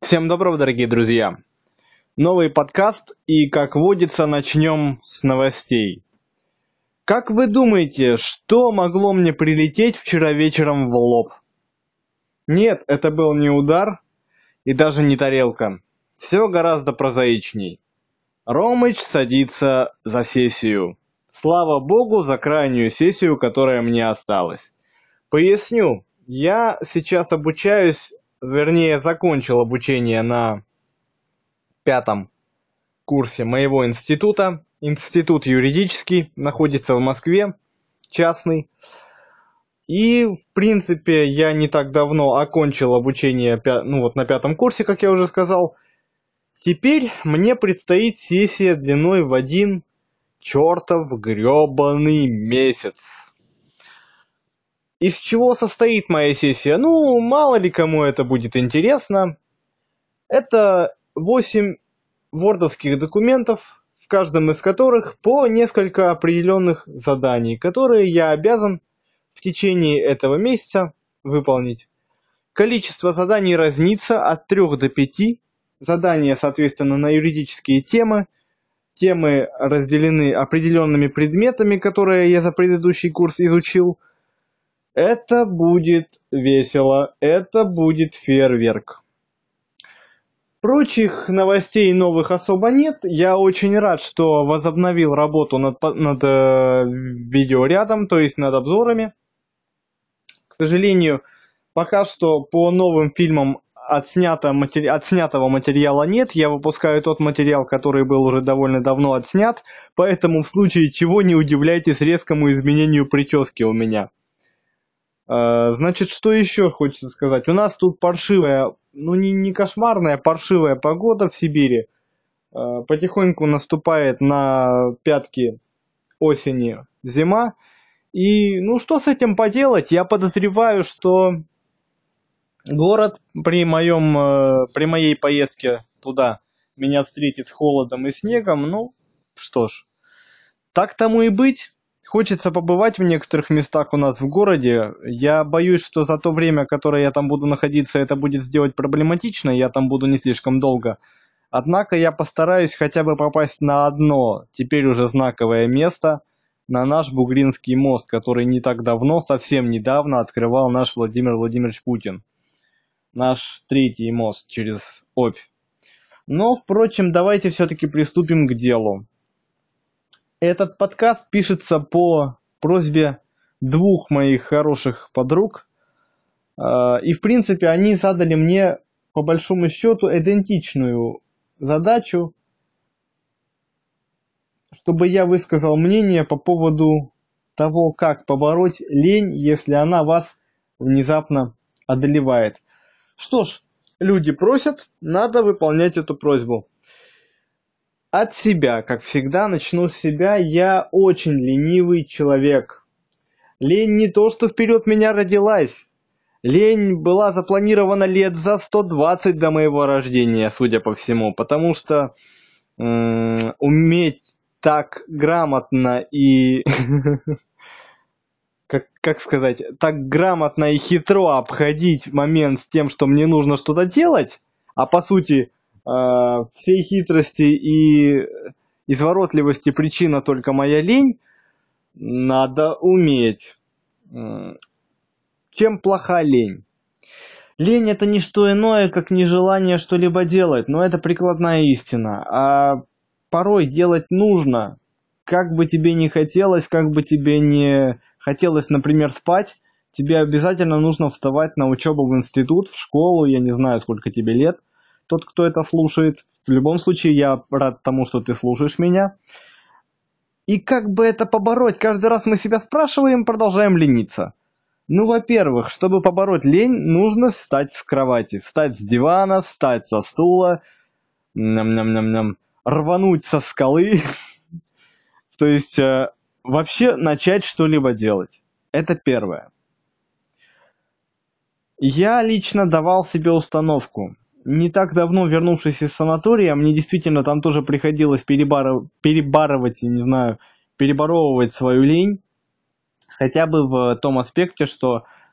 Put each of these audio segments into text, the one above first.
Всем доброго, дорогие друзья! Новый подкаст, и, как водится, начнем с новостей. Как вы думаете, что могло мне прилететь вчера вечером в лоб? Нет, это был не удар и даже не тарелка. Все гораздо прозаичней. Ромыч садится за сессию. Слава богу за крайнюю сессию, которая мне осталась. Поясню, я сейчас обучаюсь, вернее, закончил обучение на 5 курсе моего института. Институт юридический, находится в Москве, частный. И, в принципе, я не так давно окончил обучение на 5 курсе, как я уже сказал. Теперь мне предстоит сессия длиной в один чертов гребаный месяц. Из чего состоит моя сессия? Ну, мало ли кому это будет интересно. Это 8 вордовских документов, в каждом из которых по несколько определенных заданий, которые я обязан в течение этого месяца выполнить. Количество заданий разнится от 3 до 5. Задания, соответственно, на юридические темы. Темы разделены определенными предметами, которые я за предыдущий курс изучил. Это будет весело, это будет фейерверк. Прочих новостей новых особо нет. Я очень рад, что возобновил работу над видеорядом, то есть над обзорами. К сожалению, пока что по новым фильмам отснятого материала нет. Я выпускаю тот материал, который был уже довольно давно отснят. Поэтому в случае чего не удивляйтесь резкому изменению прически у меня. Значит, что еще хочется сказать? У нас тут паршивая, не кошмарная, паршивая погода в Сибири. Потихоньку наступает на пятки осени зима. И, что с этим поделать? Я подозреваю, что город при моей поездке туда меня встретит холодом и снегом. Ну, что ж, так тому и быть. Хочется побывать в некоторых местах у нас в городе. Я боюсь, что за то время, которое я там буду находиться, это будет сделать проблематично, я там буду не слишком долго. Однако я постараюсь хотя бы попасть на одно, теперь уже знаковое место, на наш Бугринский мост, который не так давно, совсем недавно открывал наш Владимир Владимирович Путин. Наш третий мост через Обь. Но, впрочем, давайте все-таки приступим к делу. Этот подкаст пишется по просьбе 2 моих хороших подруг. И, в принципе, они задали мне, по большому счету, идентичную задачу, чтобы я высказал мнение по поводу того, как побороть лень, если она вас внезапно одолевает. Что ж, люди просят, надо выполнять эту просьбу. От себя, как всегда, начну с себя. Я очень ленивый человек. Лень не то, что вперед меня родилась. Лень была запланирована лет за 120 до моего рождения, судя по всему, потому что уметь так грамотно и, как сказать, так грамотно и хитро обходить момент с тем, что мне нужно что-то делать, а по сути всей хитрости и изворотливости причина только моя лень, надо уметь. Чем плоха лень? Лень это не что иное, как нежелание что-либо делать, но это прикладная истина. А порой делать нужно, как бы тебе не хотелось, как бы тебе не хотелось, например, спать, тебе обязательно нужно вставать на учебу в институт, в школу, я не знаю, сколько тебе лет. Тот, кто это слушает, в любом случае я рад тому, что ты слушаешь меня. И как бы это побороть? Каждый раз мы себя спрашиваем, продолжаем лениться. Во-первых, чтобы побороть лень, нужно встать с кровати, встать с дивана, встать со стула, рвануть со скалы, то есть вообще начать что-либо делать. Это первое. Я лично давал себе установку. Не так давно, вернувшись из санатория, мне действительно там тоже приходилось перебарывать, переборовывать свою лень, хотя бы в том аспекте, что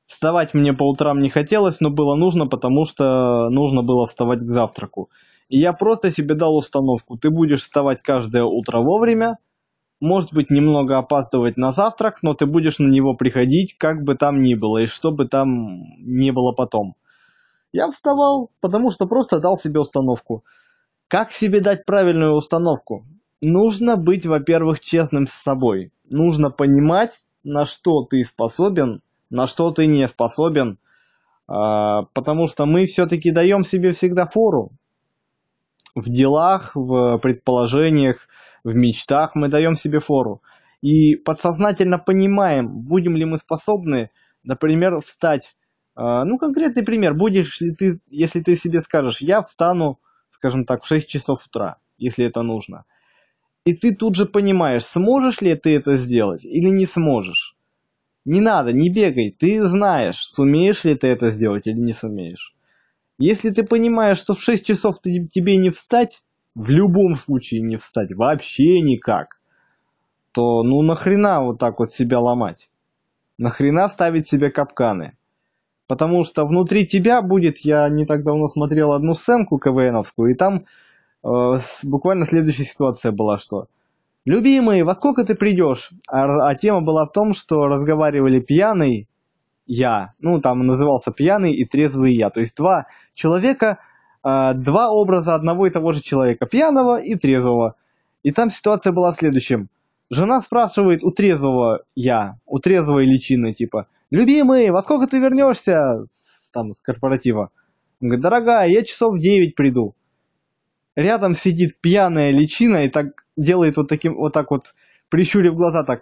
Вставать мне по утрам не хотелось, но было нужно, потому что нужно было вставать к завтраку. И я просто себе дал установку. Ты будешь вставать каждое утро вовремя, может быть, немного опаздывать на завтрак, но ты будешь на него приходить, как бы там ни было, и что бы там ни было потом. Я вставал, потому что просто дал себе установку. Как себе дать правильную установку? Нужно быть, во-первых, честным с собой. Нужно понимать, на что ты способен, на что ты не способен, потому что мы все-таки даем себе всегда фору. В делах, в предположениях, в мечтах мы даем себе фору. И подсознательно понимаем, будем ли мы способны, например, встать. Ну, конкретный пример. Будешь ли ты, если ты себе скажешь, я встану, скажем так, в 6 часов утра, если это нужно. И ты тут же понимаешь, сможешь ли ты это сделать или не сможешь. Не надо, не бегай, ты знаешь, сумеешь ли ты это сделать или не сумеешь. Если ты понимаешь, что в 6 часов тебе не встать, в любом случае не встать, вообще никак, то ну нахрена вот так вот себя ломать? Нахрена ставить себе капканы? Потому что внутри тебя будет, я не так давно смотрел одну сценку КВНовскую, и там буквально следующая ситуация была, что «Любимый, во сколько ты придешь?» А тема была в том, что разговаривали пьяный я, ну там назывался пьяный и трезвый я, то есть два человека, два образа одного и того же человека, пьяного и трезвого. И там ситуация была в следующем. Жена спрашивает у трезвого я, у трезвой личины, типа, любимый, во сколько ты вернешься там с корпоратива? Он говорит, дорогая, я часов в 9 приду. Рядом сидит пьяная личина и так делает вот таким, вот так вот, прищурив глаза, так,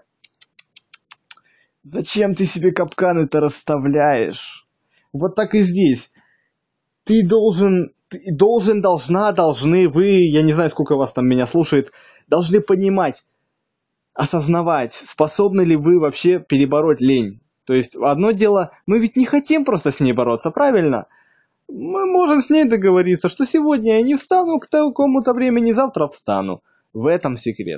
зачем ты себе капканы-то расставляешь? Вот так и здесь. Должны вы, я не знаю, сколько вас там меня слушает, должны понимать, осознавать, способны ли вы вообще перебороть лень. То есть одно дело, мы ведь не хотим просто с ней бороться, правильно? Мы можем с ней договориться, что сегодня я не встану к такому-то времени, завтра встану. В этом секрет.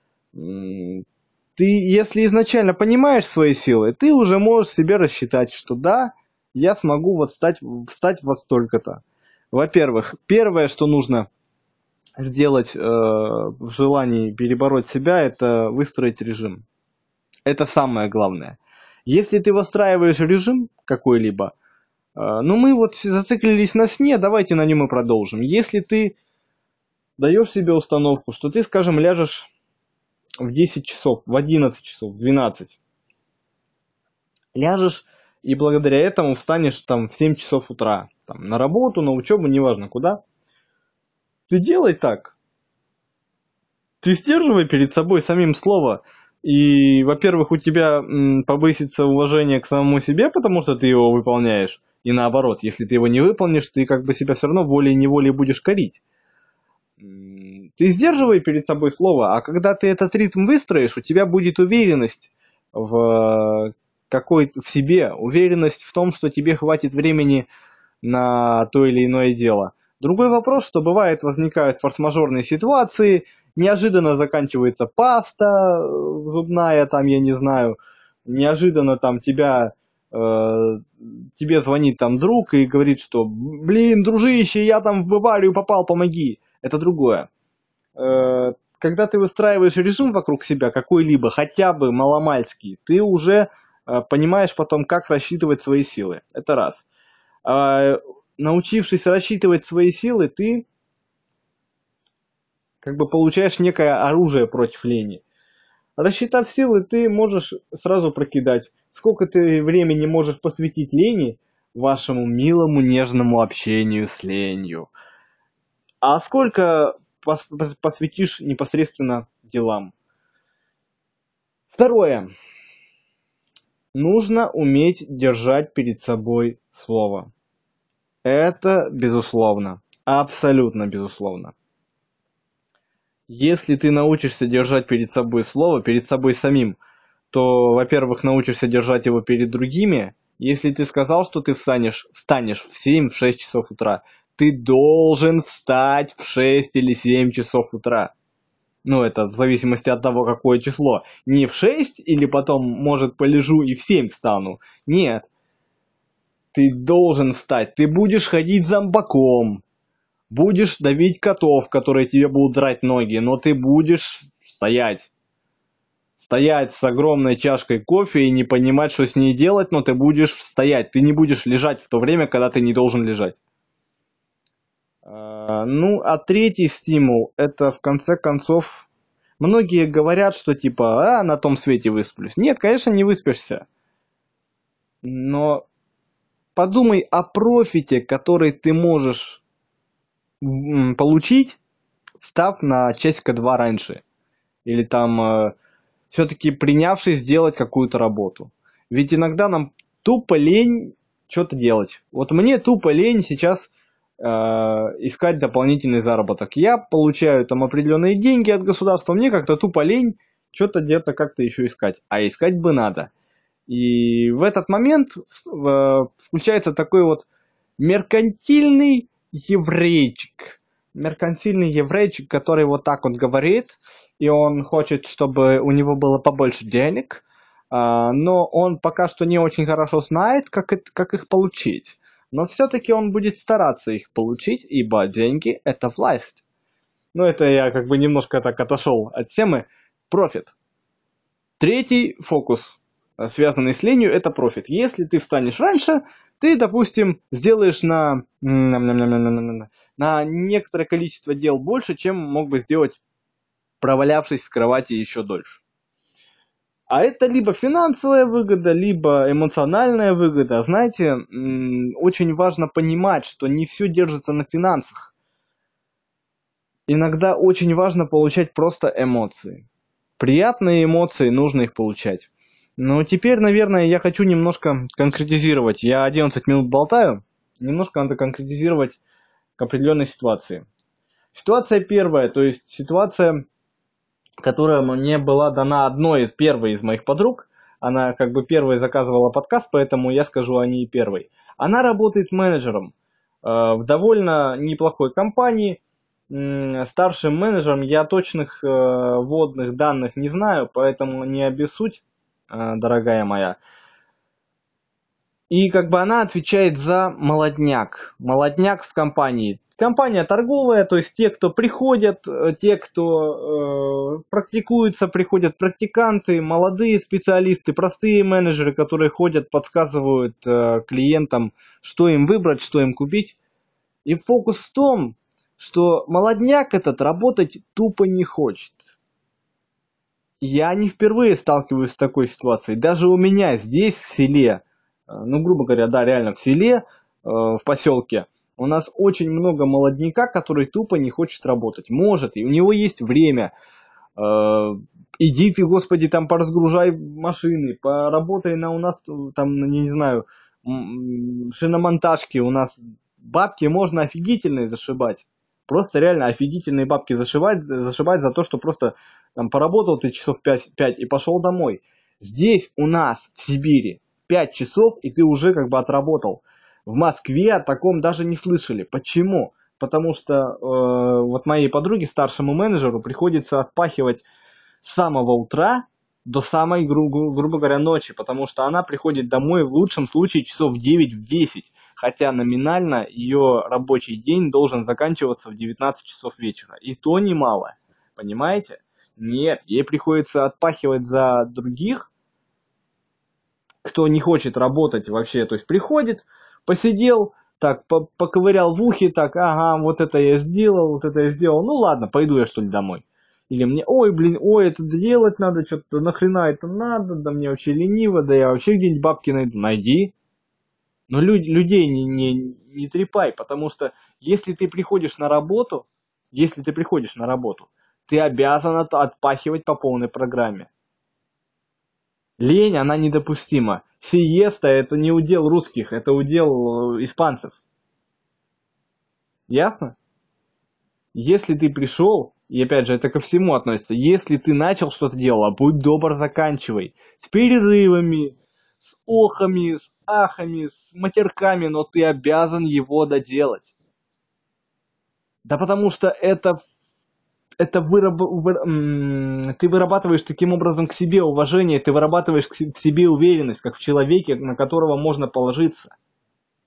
Ты, если изначально понимаешь свои силы, ты уже можешь себе рассчитать, что да, я смогу вот встать во столько-то. Во-первых, первое, что нужно сделать в желании перебороть себя, это выстроить режим. Это самое главное. Если ты выстраиваешь режим какой-либо, ну мы вот зациклились на сне, давайте на нем и продолжим. Если ты даешь себе установку, что ты, скажем, ляжешь в 10 часов, в 11 часов, в 12, ляжешь и благодаря этому встанешь там в 7 часов утра, там, на работу, на учебу, неважно куда. Ты делай так. Ты сдерживай перед собой самим слово. И, во-первых, у тебя повысится уважение к самому себе, потому что ты его выполняешь. И наоборот, если ты его не выполнишь, ты как бы себя все равно волей-неволей будешь корить. Ты сдерживай перед собой слово, а когда ты этот ритм выстроишь, у тебя будет уверенность в в себе, уверенность в том, что тебе хватит времени на то или иное дело. Другой вопрос, что бывает, возникают форс-мажорные ситуации, неожиданно заканчивается паста зубная, там, я не знаю, неожиданно там тебе звонит там друг и говорит, что, блин, дружище, я там в аварию попал, помоги. Это другое. Когда ты выстраиваешь режим вокруг себя какой-либо, хотя бы маломальский, ты уже понимаешь потом, как рассчитывать свои силы. Это раз. Научившись рассчитывать свои силы, ты как бы получаешь некое оружие против лени. Рассчитав силы, ты можешь сразу прокидать, сколько ты времени можешь посвятить лени, вашему милому нежному общению с ленью, а сколько посвятишь непосредственно делам. Второе. Нужно уметь держать перед собой слово. Это безусловно, абсолютно безусловно. Если ты научишься держать перед собой слово, перед собой самим, то, во-первых, научишься держать его перед другими. Если ты сказал, что ты встанешь в 7-6 часов утра, ты должен встать в 6 или 7 часов утра. Ну, это в зависимости от того, какое число. Не в 6 или потом, может, полежу и в 7 встану. Нет. ты должен встать. Ты будешь ходить зомбаком, будешь давить котов, которые тебе будут драть ноги, но ты будешь стоять. Стоять с огромной чашкой кофе и не понимать, что с ней делать, но ты будешь стоять. Ты не будешь лежать в то время, когда ты не должен лежать. Ну, а третий стимул, это в конце концов, многие говорят, что типа, на том свете высплюсь. Нет, конечно, не выспишься. Но подумай о профите, который ты можешь получить, встав на часика-два раньше. Или там все-таки принявшись сделать какую-то работу. Ведь иногда нам тупо лень что-то делать. Вот мне тупо лень сейчас искать дополнительный заработок. Я получаю там определенные деньги от государства, мне как-то тупо лень что-то где-то как-то еще искать. А искать бы надо. И в этот момент включается такой вот меркантильный еврейчик. Меркантильный еврейчик, который вот так вот говорит, и он хочет, чтобы у него было побольше денег, но он пока что не очень хорошо знает, как их получить. Но все-таки он будет стараться их получить, ибо деньги – это власть. Ну, это я как бы немножко так отошел от темы. Профит. Третий фокус, связанный с ленью, это профит. Если ты встанешь раньше, ты, допустим, сделаешь на некоторое количество дел больше, чем мог бы сделать, провалявшись в кровати еще дольше. А это либо финансовая выгода, либо эмоциональная выгода. Знаете, очень важно понимать, что не все держится на финансах. Иногда очень важно получать просто эмоции. Приятные эмоции, нужно их получать. Ну, теперь, наверное, я хочу немножко конкретизировать. Я 11 минут болтаю. Немножко надо конкретизировать к определенной ситуации. Ситуация первая, то есть ситуация, которая мне была дана первой из моих подруг. Она как бы первой заказывала подкаст, поэтому я скажу о ней первой. Она работает менеджером в довольно неплохой компании. Старшим менеджером я точных вводных данных не знаю, поэтому не обессудь, дорогая моя. И как бы она отвечает за молодняк. Молодняк в компании. Компания торговая, то есть те, кто приходят, те, кто практикуются, приходят практиканты, молодые специалисты, простые менеджеры, которые ходят, подсказывают клиентам, что им выбрать, что им купить. И фокус в том, что молодняк этот работать тупо не хочет. Я не впервые сталкиваюсь с такой ситуацией. Даже у меня здесь, в селе, ну, грубо говоря, да, реально в селе, в поселке, у нас очень много молодняка, который тупо не хочет работать. Может, и у него есть время. Иди ты, господи, там поразгружай машины, поработай у нас, там, не знаю, шиномонтажки. У нас бабки можно офигительные зашибать. Просто реально офигительные бабки зашибать за то, что просто там поработал ты часов 5 и пошел домой. Здесь у нас, в Сибири, 5 часов, и ты уже как бы отработал. В Москве о таком даже не слышали. Почему? Потому что вот моей подруге, старшему менеджеру, приходится отпахивать с самого утра до самой, грубо говоря, ночи, потому что она приходит домой в лучшем случае часов в 9-10, хотя номинально ее рабочий день должен заканчиваться в 19 часов вечера. И то немало, понимаете? Нет, ей приходится отпахивать за других, кто не хочет работать вообще, то есть приходит, посидел, так, поковырял в ухе, так, ага, вот это я сделал, ну ладно, пойду я что ли домой. Или мне, ой, это делать надо, что-то нахрена это надо, да мне вообще лениво, да я вообще где-нибудь бабки найду. Найди. Но людей не трепай, потому что если ты приходишь на работу, ты обязан отпахивать по полной программе. Лень, она недопустима. Сиеста – это не удел русских, это удел испанцев. Ясно? Если ты пришел, и опять же, это ко всему относится, если ты начал что-то делать, будь добр, заканчивай. С перерывами, с охами, с ахами, с матерками, но ты обязан его доделать. Да потому что ты вырабатываешь таким образом к себе уважение, ты вырабатываешь в себе уверенность, как в человеке, на которого можно положиться.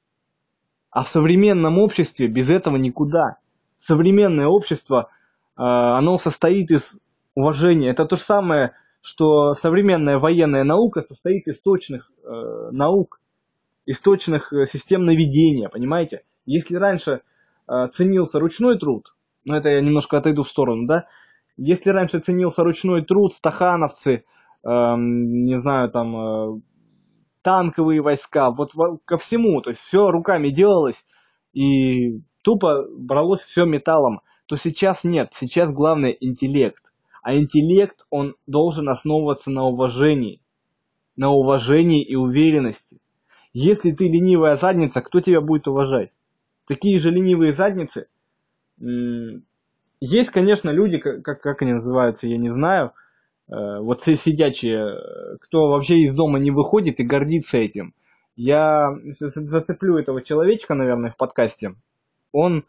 А в современном обществе без этого никуда. Современное общество, оно состоит из уважения. Это то же самое, что современная военная наука состоит из точных наук, из точных систем наведения, понимаете? Если раньше ценился ручной труд, ну это я немножко отойду в сторону, да, если раньше ценился ручной труд, стахановцы, не знаю, там, танковые войска, вот ко всему, то есть все руками делалось, и тупо бралось все металлом, то сейчас нет, сейчас главное интеллект. А интеллект, он должен основываться на уважении и уверенности. Если ты ленивая задница, кто тебя будет уважать? Такие же ленивые задницы. Есть, конечно, люди, как они называются, я не знаю, вот сидячие, кто вообще из дома не выходит и гордится этим. Я зацеплю этого человечка, наверное, в подкасте. Он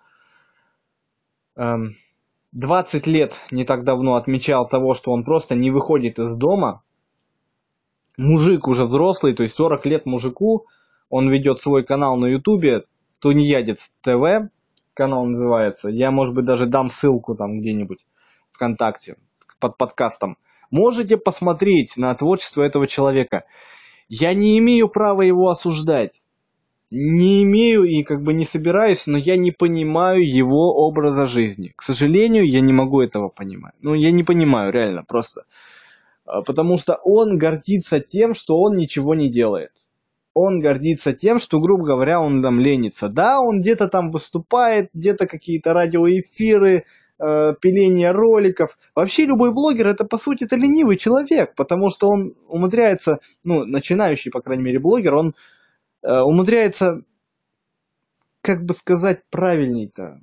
20 лет не так давно отмечал того, что он просто не выходит из дома. Мужик уже взрослый, то есть 40 лет мужику. Он ведет свой канал на ютубе, Тунеядец ТВ, канал называется. Я, может быть, даже дам ссылку там где-нибудь ВКонтакте под подкастом. Можете посмотреть на творчество этого человека. Я не имею права его осуждать. Не имею и как бы не собираюсь, но я не понимаю его образа жизни. К сожалению, я не могу этого понимать. Ну, я не понимаю, реально, просто. Потому что он гордится тем, что он ничего не делает. Он гордится тем, что, грубо говоря, он там ленится. Да, он где-то там выступает, где-то какие-то радиоэфиры, пиление роликов. Вообще любой блогер это по сути это ленивый человек, потому что он умудряется, ну, начинающий, по крайней мере, блогер, он умудряется, как бы сказать правильней-то,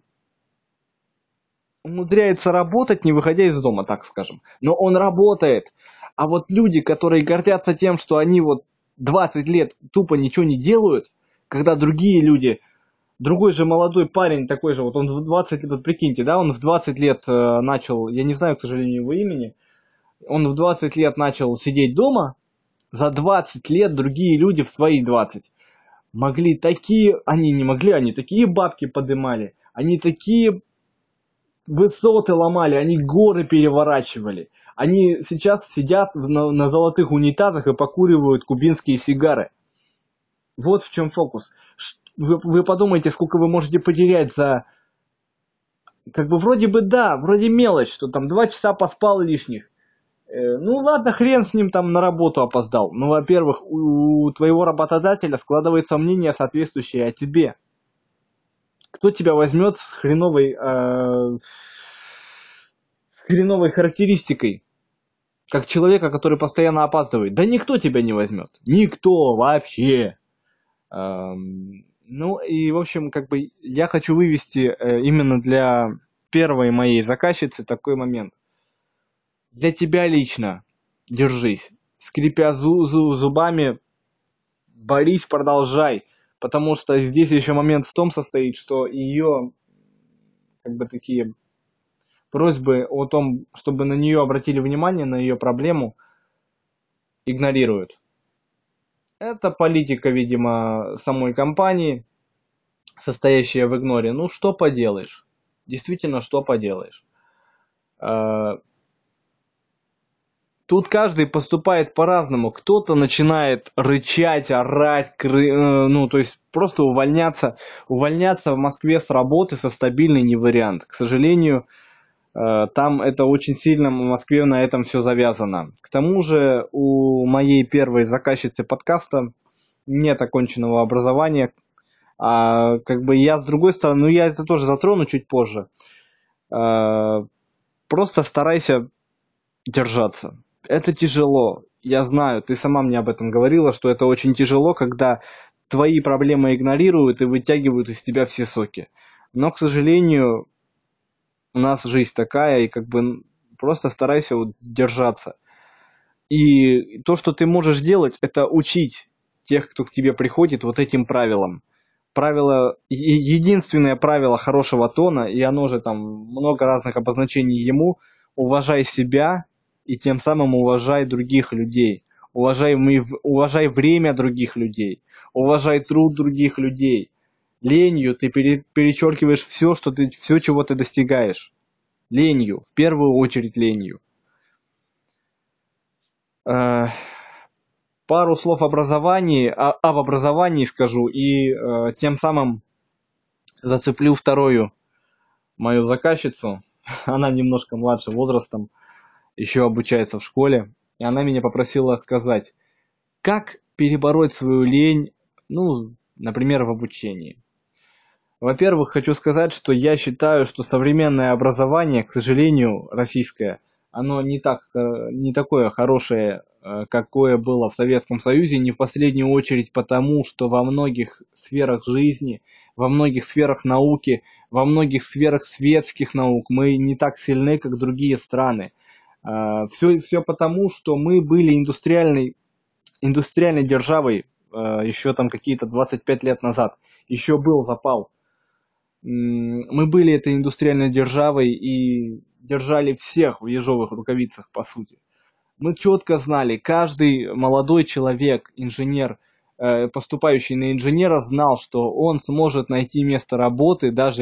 умудряется работать, не выходя из дома, так скажем. Но он работает. А вот люди, которые гордятся тем, что они вот 20 лет тупо ничего не делают, когда другие люди, другой же молодой парень такой же, вот он в 20 лет, вот прикиньте, да, он в 20 лет начал, я не знаю, к сожалению, его имени, он в 20 лет начал сидеть дома, за 20 лет другие люди в свои 20 могли такие, они не могли, они такие бабки подымали, они такие высоты ломали, они горы переворачивали. Они сейчас сидят на золотых унитазах и покуривают кубинские сигары. Вот в чем фокус. Вы подумайте, сколько вы можете потерять за... Как бы вроде бы да, вроде мелочь, что там 2 часа поспал лишних. Ну ладно, хрен с ним там на работу опоздал. Ну, во-первых, у твоего работодателя складывается мнение соответствующее о тебе. Кто тебя возьмет с хреновой характеристикой, как человека, который постоянно опаздывает? Да никто тебя не возьмет. Никто вообще. Ну и, в общем, как бы я хочу вывести именно для первой моей заказчицы такой момент. Для тебя лично держись. Скрипя зубами, борись, продолжай. Потому что здесь еще момент в том состоит, что ее как бы такие просьбы о том, чтобы на нее обратили внимание, на ее проблему, игнорируют. Это политика, видимо, самой компании, состоящая в игноре. Ну, что поделаешь? Действительно, что поделаешь? Тут каждый поступает по-разному. Кто-то начинает рычать, орать, ну, то есть просто увольняться. Увольняться в Москве с работы со стабильной не вариант. К сожалению, там это очень сильно в Москве на этом все завязано. К тому же у моей первой заказчицы подкаста нет оконченного образования. А как бы я с другой стороны, ну я это тоже затрону чуть позже. Просто старайся держаться. Это тяжело. Я знаю, ты сама мне об этом говорила, что это очень тяжело, когда твои проблемы игнорируют и вытягивают из тебя все соки. Но, к сожалению, у нас жизнь такая, и как бы просто старайся вот держаться. И то, что ты можешь делать, это учить тех, кто к тебе приходит, вот этим правилам. Единственное правило хорошего тона, и оно же там много разных обозначений ему, уважай себя и тем самым уважай других людей. Уважай время других людей. Уважай труд других людей. Ленью ты перечеркиваешь все, чего ты достигаешь. Ленью, в первую очередь ленью. Пару слов об образовании скажу и тем самым зацеплю вторую мою заказчицу. Она немножко младше возрастом, еще обучается в школе. И она меня попросила сказать, как перебороть свою лень, ну, например, в обучении. Во-первых, хочу сказать, что я считаю, что современное образование, к сожалению, российское, оно не такое хорошее, какое было в Советском Союзе, не в последнюю очередь потому, что во многих сферах жизни, во многих сферах науки, во многих сферах светских наук мы не так сильны, как другие страны. Все потому, что мы были индустриальной державой еще там какие-то 25 лет назад. Еще был запал. Мы были этой индустриальной державой и держали всех в ежовых рукавицах, по сути. Мы четко знали, каждый молодой человек, инженер, поступающий на инженера, знал, что он сможет найти место работы даже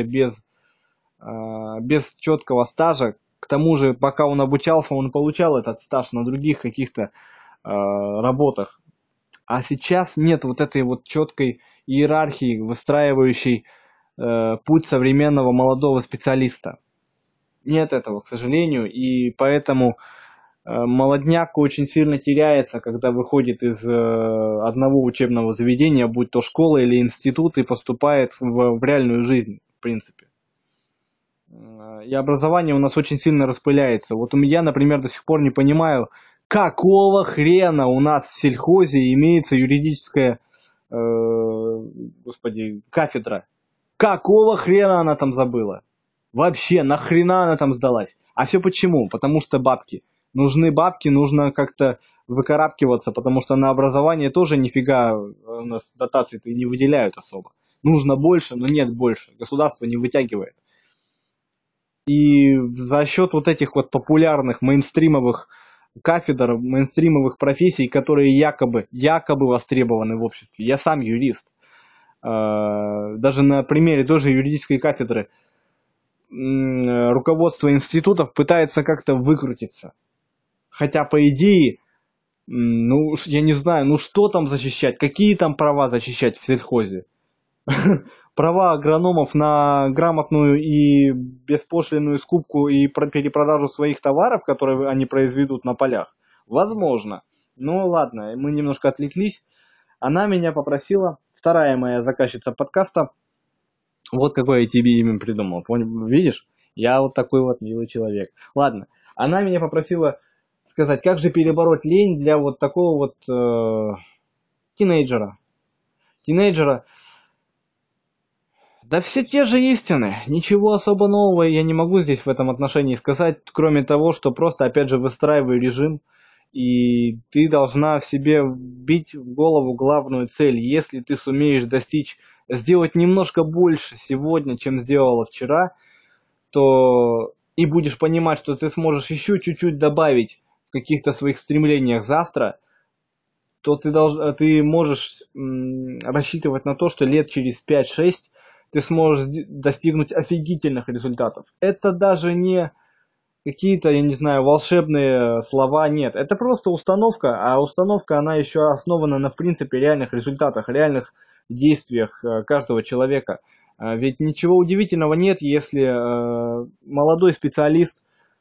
без четкого стажа. К тому же, пока он обучался, он получал этот стаж на других каких-то работах. А сейчас нет вот этой вот четкой иерархии, выстраивающей путь современного молодого специалиста. Нет этого, к сожалению, и поэтому молодняк очень сильно теряется, когда выходит из одного учебного заведения, будь то школа или институт, и поступает в реальную жизнь, в принципе. И образование у нас очень сильно распыляется. Вот у меня, например, до сих пор не понимаю, какого хрена у нас в сельхозе имеется юридическая, кафедра. Какого хрена она там забыла? Вообще, нахрена она там сдалась? А все почему? Потому что бабки. Нужны бабки, нужно как-то выкарабкиваться, потому что на образование тоже нифига у нас дотаций-то и не выделяют особо. Нужно больше, но нет больше. Государство не вытягивает. И за счет вот этих вот популярных мейнстримовых кафедр, мейнстримовых профессий, которые якобы востребованы в обществе. Я сам юрист. Даже на примере тоже юридической кафедры руководство институтов пытается как-то выкрутиться. Хотя, по идее, ну, я не знаю, ну что там защищать, какие там права защищать в сельхозе? Права агрономов на грамотную и беспошлинную скупку и перепродажу своих товаров, которые они произведут на полях? Возможно. Ну ладно, мы немножко отвлеклись. Она меня попросила, вторая моя заказчица подкаста, вот какое я тебе имя придумал. Видишь? Я вот такой вот милый человек. Ладно. Она меня попросила сказать, как же перебороть лень для вот такого вот тинейджера. Тинейджера. Да все те же истины. Ничего особо нового я не могу здесь в этом отношении сказать, кроме того, что просто опять же выстраиваю режим. И ты должна в себе вбить в голову главную цель. Если ты сумеешь сделать немножко больше сегодня, чем сделала вчера, то и будешь понимать, что ты сможешь еще чуть-чуть добавить в каких-то своих стремлениях завтра, то ты можешь рассчитывать на то, что лет через 5-6 ты сможешь достигнуть офигительных результатов. Это даже не какие-то, я не знаю, волшебные слова, нет. Это просто установка, а установка, она еще основана на, в принципе, реальных результатах, реальных действиях каждого человека. Ведь ничего удивительного нет, если молодой специалист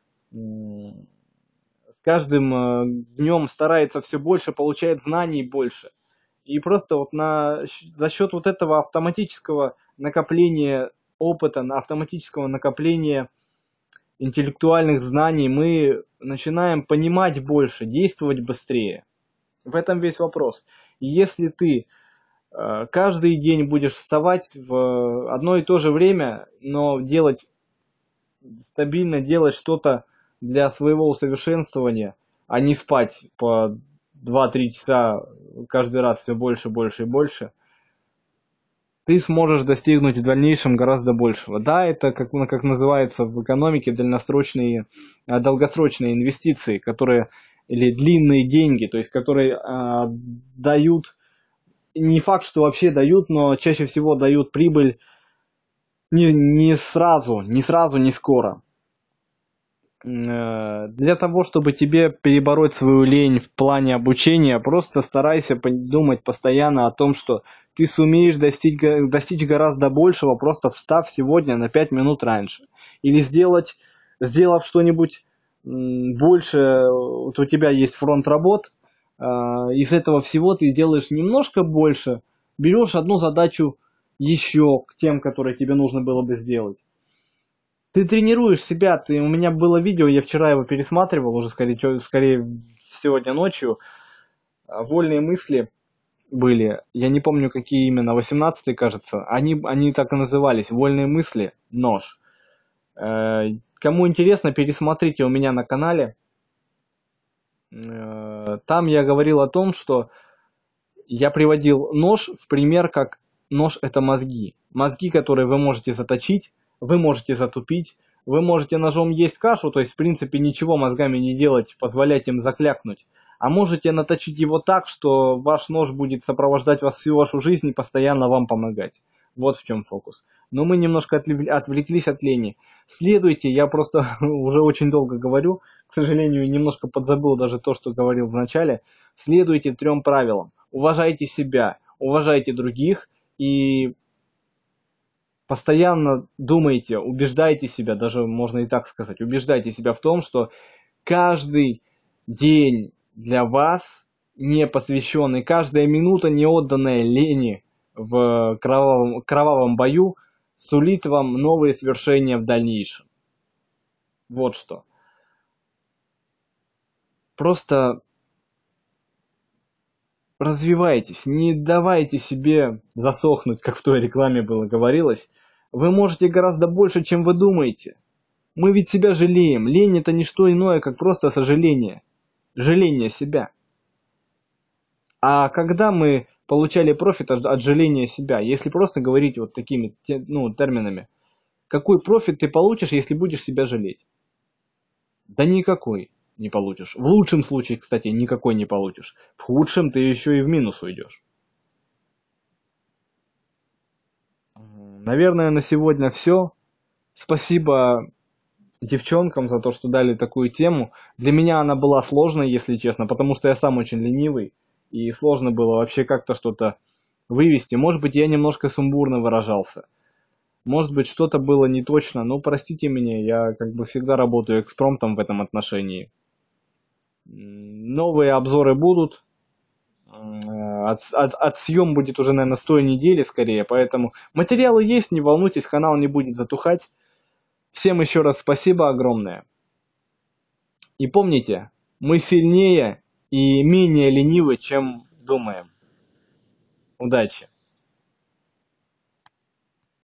с каждым днем старается все больше, получает знаний больше. И просто вот за счет вот этого автоматического накопления опыта, автоматического накопления интеллектуальных знаний мы начинаем понимать больше, действовать быстрее. В этом весь вопрос. И если ты каждый день будешь вставать в одно и то же время, но стабильно делать что-то для своего усовершенствования, а не спать по 2-3 часа каждый раз все больше, больше и больше, ты сможешь достигнуть в дальнейшем гораздо большего. Да, это как называется в экономике долгосрочные инвестиции, или длинные деньги, то есть которые дают не факт, что вообще дают, но чаще всего дают прибыль не сразу, не скоро. Для того, чтобы тебе перебороть свою лень в плане обучения, просто старайся думать постоянно о том, что ты сумеешь достичь гораздо большего, просто встав сегодня на 5 минут раньше. Или сделав что-нибудь больше, вот у тебя есть фронт работ, из этого всего ты делаешь немножко больше, берешь одну задачу еще к тем, которые тебе нужно было бы сделать. Ты тренируешь себя, у меня было видео, я вчера его пересматривал, уже скорее сегодня ночью. Вольные мысли были, я не помню какие именно, 18-й, кажется, они так и назывались, вольные мысли, нож. Кому интересно, пересмотрите у меня на канале. Там я говорил о том, что я приводил нож в пример, как нож это мозги. Мозги, которые вы можете заточить, вы можете затупить, вы можете ножом есть кашу, то есть в принципе ничего мозгами не делать, позволять им заклякнуть. А можете наточить его так, что ваш нож будет сопровождать вас всю вашу жизнь и постоянно вам помогать. Вот в чем фокус. Но мы немножко отвлеклись от лени. Следуйте, я просто уже очень долго говорю, к сожалению, немножко подзабыл даже то, что говорил в начале. Следуйте 3 правилам. Уважайте себя, уважайте других и постоянно думайте, убеждайте себя, даже можно и так сказать, убеждайте себя в том, что каждый день для вас не посвященный, каждая минута, не отданная лени в кровавом бою, сулит вам новые свершения в дальнейшем. Вот что. Просто развивайтесь, не давайте себе засохнуть, как в той рекламе было говорилось. Вы можете гораздо больше, чем вы думаете. Мы ведь себя жалеем. Лень это не что иное, как просто сожаление. Жаление себя. А когда мы получали профит от жаления себя, если просто говорить вот такими терминами, какой профит ты получишь, если будешь себя жалеть? Да никакой не получишь. В лучшем случае, кстати, никакой не получишь. В худшем ты еще и в минус уйдешь. Наверное, на сегодня все. Спасибо девчонкам за то, что дали такую тему. Для меня она была сложной, если честно, потому что я сам очень ленивый. И сложно было вообще как-то что-то вывести. Может быть, я немножко сумбурно выражался. Может быть, что-то было не точно. Но простите меня, я как бы всегда работаю экспромтом в этом отношении. Новые обзоры будут. Отсъем будет уже, наверное, с той недели скорее. Поэтому материалы есть, не волнуйтесь, канал не будет затухать. Всем еще раз спасибо огромное. И помните, мы сильнее и менее ленивы, чем думаем. Удачи!